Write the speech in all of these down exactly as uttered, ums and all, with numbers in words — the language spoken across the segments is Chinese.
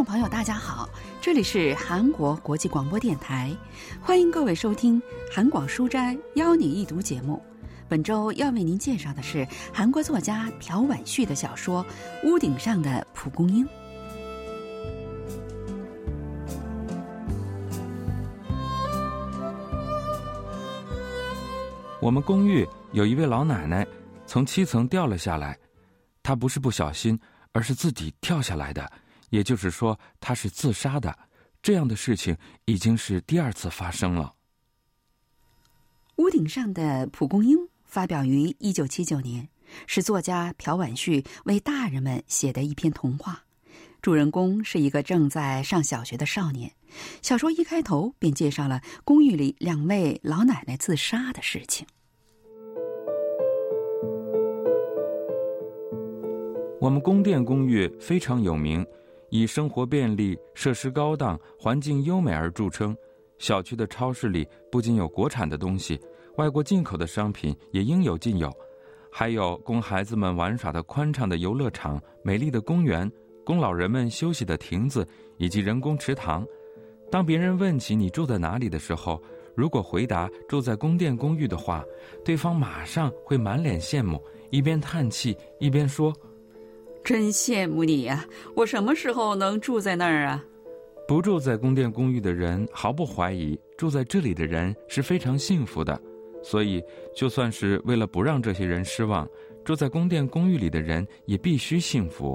众朋友大家好，这里是韩国国际广播电台，欢迎各位收听韩广书斋邀你一读节目。本周要为您介绍的是韩国作家朴婉旭的小说《屋顶上的蒲公英》。 我们公寓有一位老奶奶从七层掉了下来，她不是不小心，而是自己跳下来的，也就是说她是自杀的。这样的事情已经是第二次发生了。 屋顶上的蒲公英发表于一九七九年，是作家朴婉旭为大人们写的一篇童话。主人公是一个正在上小学的少年。小说一开头便介绍了公寓里两位老奶奶自杀的事情。 我们宫殿公寓非常有名，以生活便利、设施高档、环境优美而著称。小区的超市里不仅有国产的东西，外国进口的商品也应有尽有，还有供孩子们玩耍的宽敞的游乐场、美丽的公园，供老人们休息的亭子，以及人工池塘。当别人问起你住在哪里的时候，如果回答住在宫殿公寓的话，对方马上会满脸羡慕，一边叹气一边说： 真羡慕你呀、啊！我什么时候能住在那儿啊？ 不住在宫殿公寓的人毫不怀疑，住在这里的人是非常幸福的。所以就算是为了不让这些人失望，住在宫殿公寓里的人也必须幸福。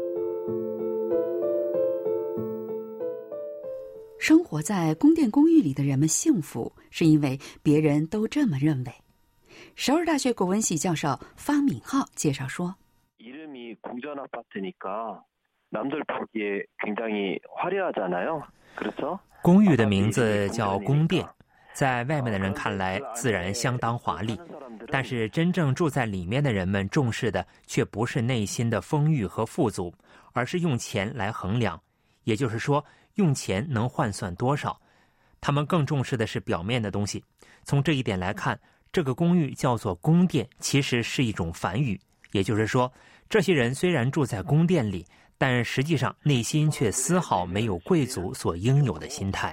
生活在宫殿公寓里的人们幸福，是因为别人都这么认为。首尔大学国文系教授方敏浩介绍说， 이름이 궁전아파트니까 남들 보기에 굉장히 화려하잖아요. 그렇죠? 公寓的名字叫宫殿，在外面的人看来自然相当华丽，但是真正住在里面的人们重视的却不是内心的丰裕和富足，而是用钱来衡量，也就是说用钱能换算多少。他们更重视的是表面的东西。从这一点来看，这个公寓叫做宫殿其实是一种反语，也就是说这些人虽然住在宫殿里，但实际上内心却丝毫没有贵族所应有的心态。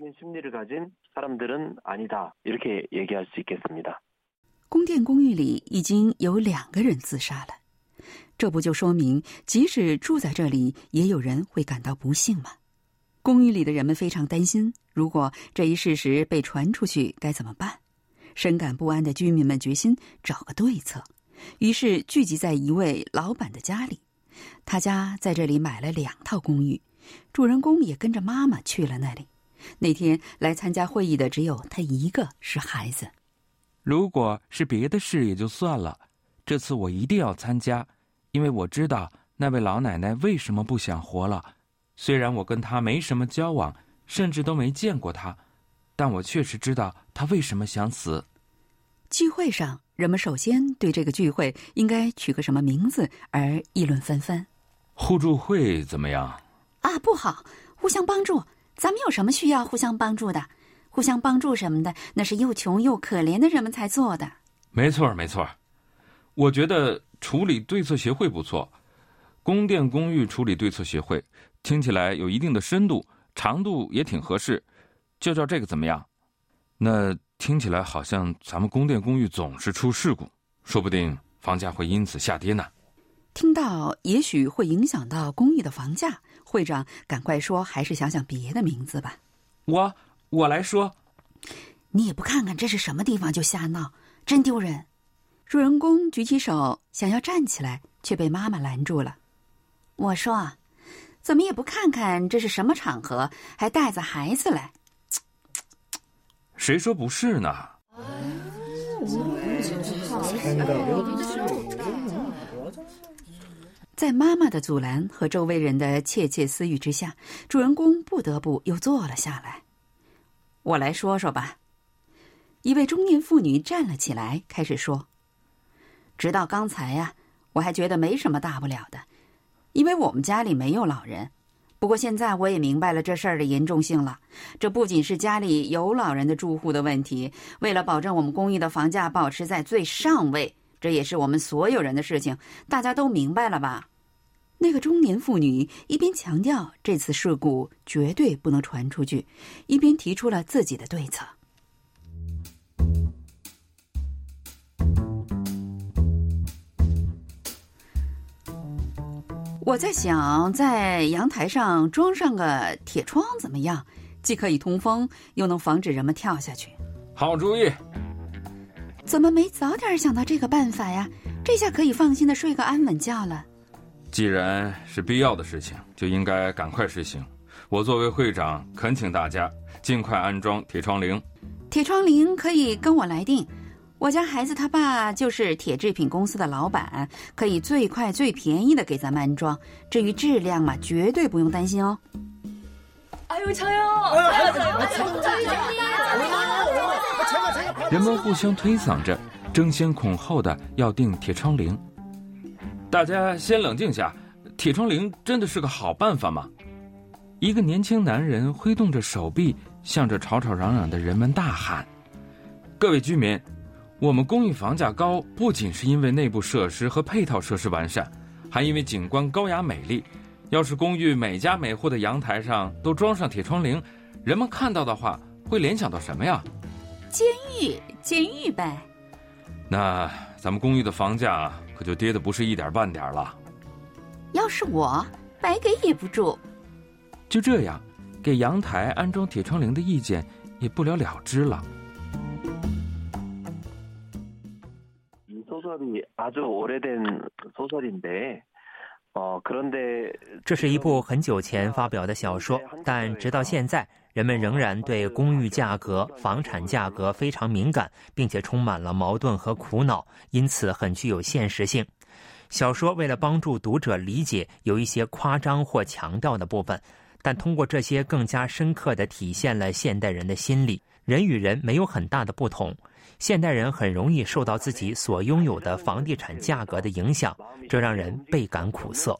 宫殿公寓里已经有两个人自杀了，这不就说明即使住在这里也有人会感到不幸吗？公寓里的人们非常担心，如果这一事实被传出去该怎么办？深感不安的居民们决心找个对策，于是聚集在一位老板的家里。他家在这里买了两套公寓，主人公也跟着妈妈去了那里。那天来参加会议的只有他一个是孩子。 如果是别的事也就算了，这次我一定要参加，因为我知道那位老奶奶为什么不想活了。虽然我跟她没什么交往，甚至都没见过她，但我确实知道她为什么想死。 聚会上，人们首先对这个聚会应该取个什么名字而议论纷纷。 互助会怎么样？ 啊，不好，互相帮助。咱们有什么需要互相帮助的？互相帮助什么的，那是又穷又可怜的人们才做的。 没错没错，我觉得处理对策协会不错，宫殿公寓处理对策协会听起来有一定的深度，长度也挺合适，就叫这个怎么样？那听起来好像咱们宫殿公寓总是出事故，说不定房价会因此下跌呢。 听到也许会影响到公寓的房价，会长赶快说还是想想别的名字吧。 我我来说。 你也不看看这是什么地方就瞎闹，真丢人。主人公举起手想要站起来，却被妈妈拦住了。我说，怎么也不看看这是什么场合，还带着孩子来。 谁说不是呢？ 在妈妈的阻拦和周围人的窃窃私语之下，主人公不得不又坐了下来。我来说说吧。一位中年妇女站了起来，开始说：直到刚才呀、啊，我还觉得没什么大不了的，因为我们家里没有老人。不过现在我也明白了这事儿的严重性了，这不仅是家里有老人的住户的问题，为了保证我们公寓的房价保持在最上位，这也是我们所有人的事情，大家都明白了吧？ 那个中年妇女一边强调这次事故绝对不能传出去，一边提出了自己的对策。我在想，在阳台上装上个铁窗怎么样？既可以通风，又能防止人们跳下去。 好主意！ 怎么没早点想到这个办法呀？这下可以放心的睡个安稳觉了。 既然是必要的事情，就应该赶快实行。我作为会长，恳请大家尽快安装铁窗铃。 铁窗铃可以跟我来定。我家孩子他爸就是铁制品公司的老板，可以最快最便宜的给咱们安装。至于质量嘛，绝对不用担心哦。 哎呦，저요！ 人们互相推搡着，争先恐后的要订铁窗铃。大家先冷静下，铁窗铃真的是个好办法吗？一个年轻男人挥动着手臂，向着吵吵嚷嚷的人们大喊：各位居民，我们公寓房价高，不仅是因为内部设施和配套设施完善，还因为景观高雅美丽。要是公寓每家每户的阳台上都装上铁窗铃，人们看到的话会联想到什么呀？ 监狱，监狱呗。 那咱们公寓的房价可就跌得不是一点半点了。 要是我，白给也不住。 就这样，给阳台安装铁窗铃的意見也不了了之了。 이 소설이 아주 오래된 소설인데 어 그런데 这是一部很久前发表的小说，但直到现在，人们仍然对公寓价格、房产价格非常敏感，并且充满了矛盾和苦恼，因此很具有现实性。小说为了帮助读者理解有一些夸张或强调的部分，但通过这些更加深刻地体现了现代人的心理。人与人没有很大的不同，现代人很容易受到自己所拥有的房地产价格的影响，这让人倍感苦涩。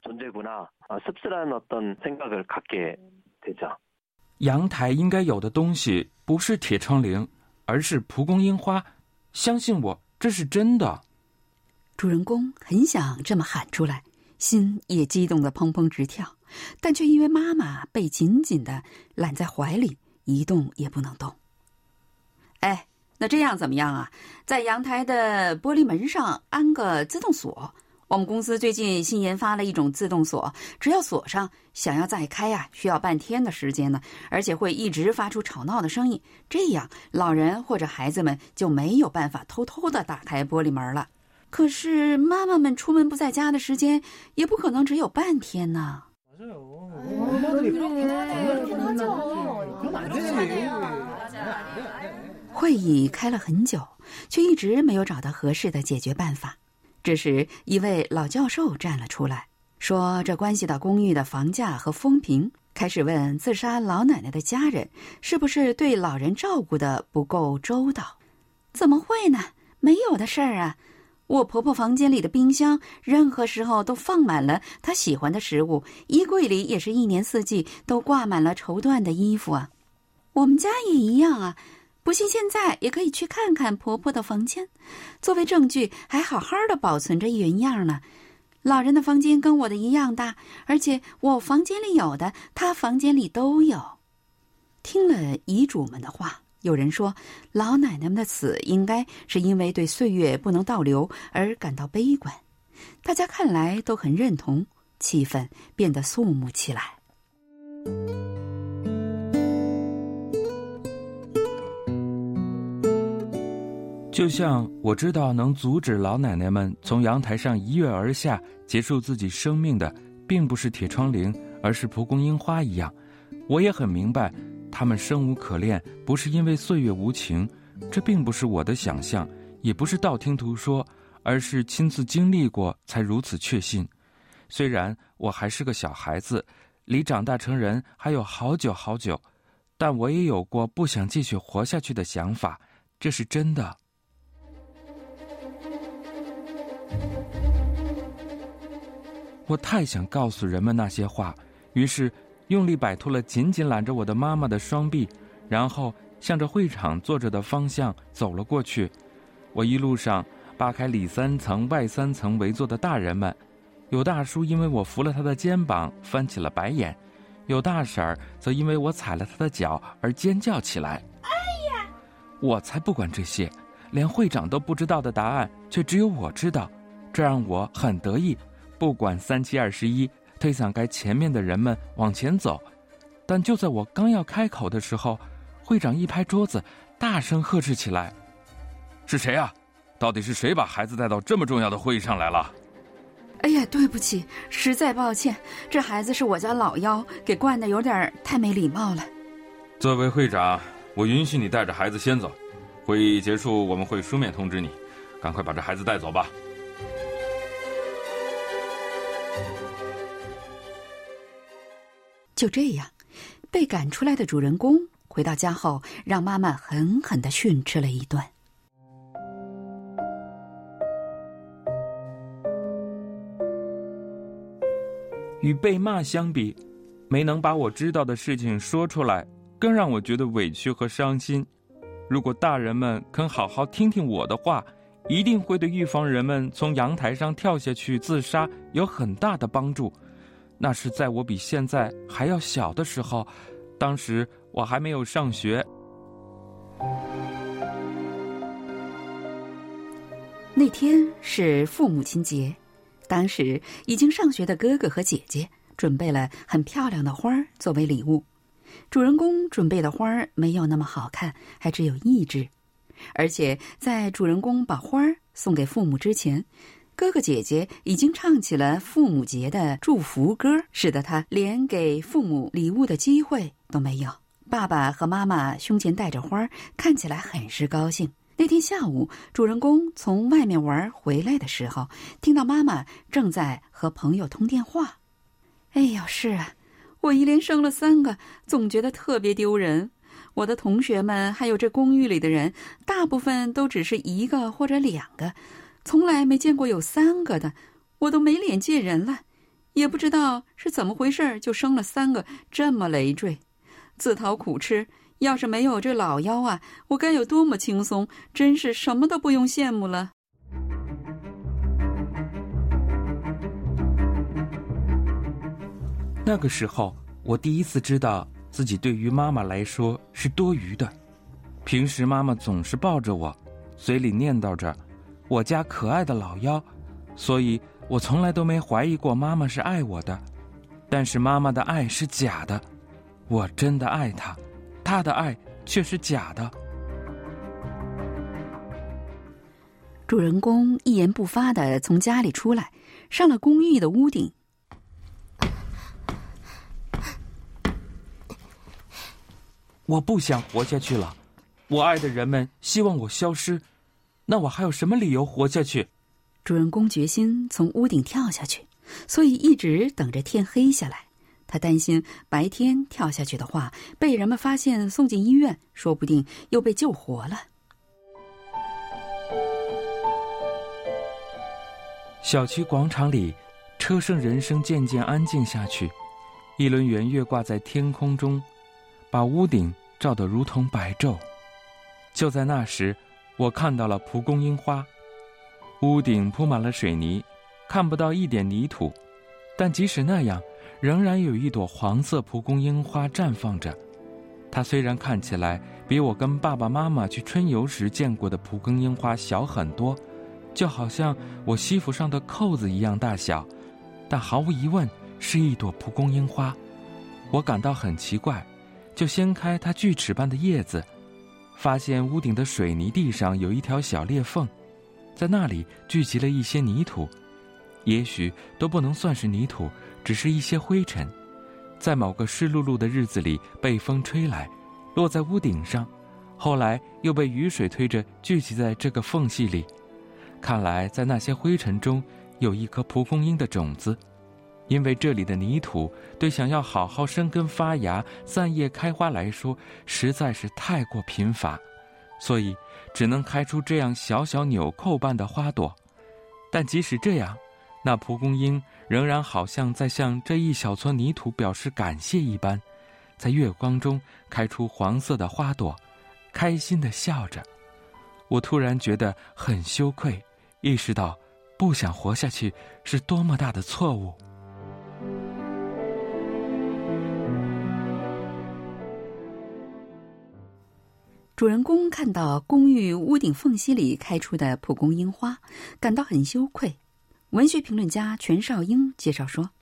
阳台应该有的东西不是铁窗铃，而是蒲公英花。相信我，这是真的。 主人公很想这么喊出来，心也激动得砰砰直跳，但却因为妈妈被紧紧地揽在怀里，一动也不能动。哎，那这样怎么样啊？在阳台的玻璃门上安个自动锁。我们公司最近新研发了一种自动锁，只要锁上，想要再开啊，需要半天的时间呢，而且会一直发出吵闹的声音，这样老人或者孩子们就没有办法偷偷的打开玻璃门了。可是妈妈们出门不在家的时间也不可能只有半天呢。会议开了很久，却一直没有找到合适的解决办法。这时一位老教授站了出来，说这关系到公寓的房价和风评，开始问自杀老奶奶的家人是不是对老人照顾的不够周到。怎么会呢？没有的事儿啊！我婆婆房间里的冰箱任何时候都放满了她喜欢的食物，衣柜里也是一年四季都挂满了绸缎的衣服啊。我们家也一样啊，不信现在也可以去看看婆婆的房间，作为证据还好好的保存着原样呢。老人的房间跟我的一样大，而且我房间里有的她房间里都有。听了遗嘱们的话，有人说老奶奶们的死应该是因为对岁月不能倒流而感到悲观，大家看来都很认同，气氛变得肃穆起来。 就像我知道能阻止老奶奶们从阳台上一跃而下结束自己生命的并不是铁窗铃，而是蒲公英花一样，我也很明白他们生无可恋不是因为岁月无情，这并不是我的想象，也不是道听途说，而是亲自经历过才如此确信。虽然我还是个小孩子，离长大成人还有好久好久，但我也有过不想继续活下去的想法，这是真的。我太想告诉人们那些话，于是用力摆脱了紧紧揽着我的妈妈的双臂，然后向着会场坐着的方向走了过去。我一路上扒开里三层外三层围坐的大人们， 有大叔因为我扶了他的肩膀翻起了白眼，有大婶儿则因为我踩了他的脚而尖叫起来。哎呀！我才不管这些，连会长都不知道的答案却只有我知道，这让我很得意。不管三七二十一，推搡开前面的人们往前走。但就在我刚要开口的时候，会长一拍桌子，大声呵斥起来：是谁啊？到底是谁把孩子带到这么重要的会议上来了？ 哎呀，对不起，实在抱歉，这孩子是我家老幺，给惯得有点太没礼貌了。 作为会长，我允许你带着孩子先走，会议结束我们会书面通知你，赶快把这孩子带走吧。 就这样，被赶出来的主人公回到家后，让妈妈狠狠地训斥了一顿。 与被骂相比，没能把我知道的事情说出来，更让我觉得委屈和伤心。如果大人们肯好好听听我的话，一定会对预防人们从阳台上跳下去自杀有很大的帮助。那是在我比现在还要小的时候，当时我还没有上学。 那天是父母亲节，当时已经上学的哥哥和姐姐准备了很漂亮的花作为礼物。主人公准备的花没有那么好看，还只有一枝。而且在主人公把花送给父母之前，哥哥姐姐已经唱起了父母节的祝福歌，使得他连给父母礼物的机会都没有。爸爸和妈妈胸前带着花，看起来很是高兴。那天下午，主人公从外面玩回来的时候，听到妈妈正在和朋友通电话。哎呦，是啊，我一连生了三个，总觉得特别丢人。我的同学们还有这公寓里的人，大部分都只是一个或者两个，从来没见过有三个的，我都没脸见人了。也不知道是怎么回事，就生了三个，这么累赘，自讨苦吃。要是没有这老幺啊，我该有多么轻松，真是什么都不用羡慕了。 那个时候，我第一次知道自己对于妈妈来说是多余的。平时妈妈总是抱着我，嘴里念叨着我家可爱的老幺，所以我从来都没怀疑过妈妈是爱我的。但是妈妈的爱是假的，我真的爱她，她的爱却是假的。 主人公一言不发地从家里出来，上了公寓的屋顶。 我不想活下去了，我爱的人们希望我消失，那我还有什么理由活下去？ 主人公决心从屋顶跳下去，所以一直等着天黑下来。他担心白天跳下去的话，被人们发现送进医院，说不定又被救活了。 小区广场里，车声人声渐渐安静下去，一轮圆月挂在天空中，把屋顶照得如同白昼。就在那时，我看到了蒲公英花。屋顶铺满了水泥，看不到一点泥土，但即使那样，仍然有一朵黄色蒲公英花绽放着。它虽然看起来比我跟爸爸妈妈去春游时见过的蒲公英花小很多，就好像我西服上的扣子一样大小，但毫无疑问是一朵蒲公英花。我感到很奇怪，就掀开它锯齿般的叶子，发现屋顶的水泥地上有一条小裂缝，在那里聚集了一些泥土，也许都不能算是泥土，只是一些灰尘，在某个湿漉漉的日子里被风吹来，落在屋顶上，后来又被雨水推着聚集在这个缝隙里。看来在那些灰尘中有一颗蒲公英的种子，因为这里的泥土对想要好好生根发芽、散叶开花来说实在是太过贫乏，所以只能开出这样小小纽扣般的花朵。但即使这样，那蒲公英仍然好像在向这一小撮泥土表示感谢一般，在月光中开出黄色的花朵，开心地笑着。我突然觉得很羞愧，意识到不想活下去是多么大的错误。 主人公看到公寓屋顶缝隙里开出的蒲公英花，感到很羞愧。文学评论家全少英介绍说，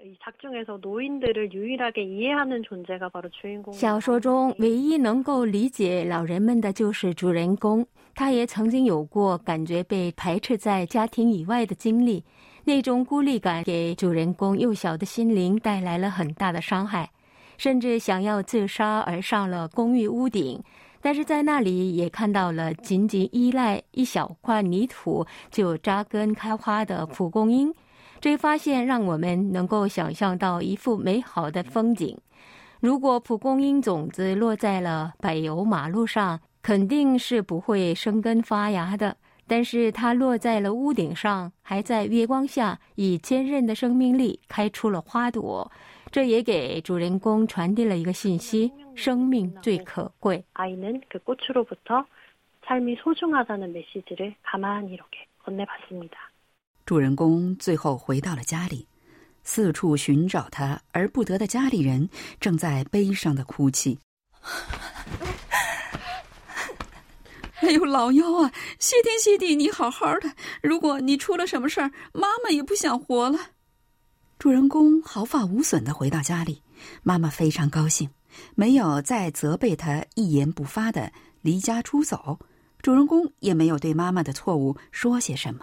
小说中唯一能够理解老人们的就是主人公，他也曾经有过感觉被排斥在家庭以外的经历，那种孤立感给主人公幼小的心灵带来了很大的伤害，甚至想要自杀而上了公寓屋顶，但是在那里也看到了仅仅依赖一小块泥土就扎根开花的蒲公英。这一发现让我们能够想象到一幅美好的风景。如果蒲公英种子落在了柏油马路上，肯定是不会生根发芽的，但是它落在了屋顶上，还在月光下以坚韧的生命力开出了花朵。这也给主人公传递了一个信息：生命最可贵。아이는 그 꽃으로부터 삶이 소중하다는 메시지를 가만히 이렇게 건네봤습니다。 主人公最后回到了家里，四处寻找他而不得的家里人正在悲伤的哭泣。哎呦，老幺啊，谢天谢地你好好的，如果你出了什么事儿，妈妈也不想活了。主人公毫发无损地回到家里，妈妈非常高兴，没有再责备他一言不发地离家出走，主人公也没有对妈妈的错误说些什么。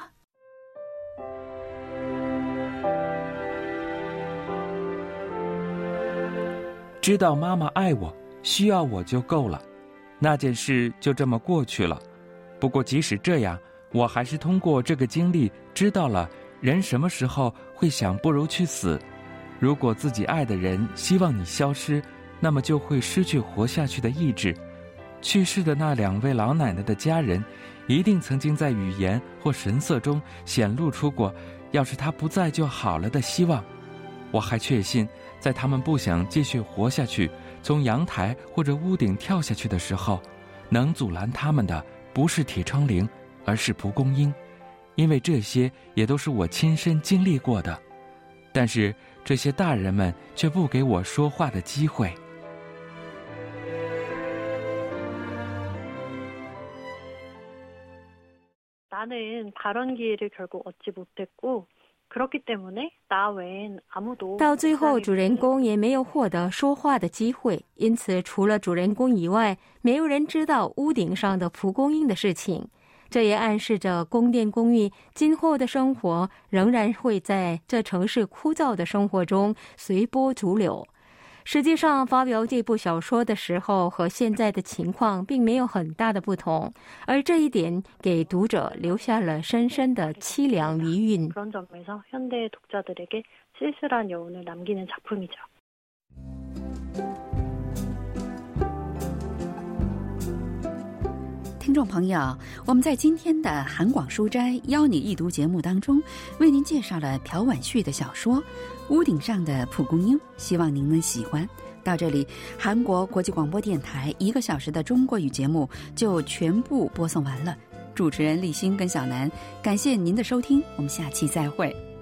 知道妈妈爱我，需要我就够了，那件事就这么过去了。不过即使这样，我还是通过这个经历知道了人什么时候会想不如去死。如果自己爱的人希望你消失，那么就会失去活下去的意志。去世的那两位老奶奶的家人一定曾经在语言或神色中显露出过要是她不在就好了的希望。我还确信在他们不想继续活下去，从阳台或者屋顶跳下去的时候，能阻拦他们的不是铁窗棂，而是蒲公英，因为这些也都是我亲身经历过的。但是这些大人们却不给我说话的机会。 나는 발언 기회를 결국 얻지 못했고到最后主人公也没有获得说话的机会，因此除了主人公以外，没有人知道屋顶上的蒲公英的事情。这也暗示着宫殿公寓今后的生活仍然会在这城市枯燥的生活中随波逐流。实际上发表这部小说的时候和现在的情况并没有很大的不同，而这一点给读者留下了深深的凄凉余韵。그런 점에서 현대 독자들에게 쓸쓸한 여운을 남기는 작품이죠。 听众朋友，我们在今天的韩广书斋邀你一读节目当中，为您介绍了朴婉旭的小说《屋顶上的蒲公英》，希望您能喜欢。到这里，韩国国际广播电台一个小时的中国语节目就全部播送完了。主持人立新跟小南，感谢您的收听，我们下期再会。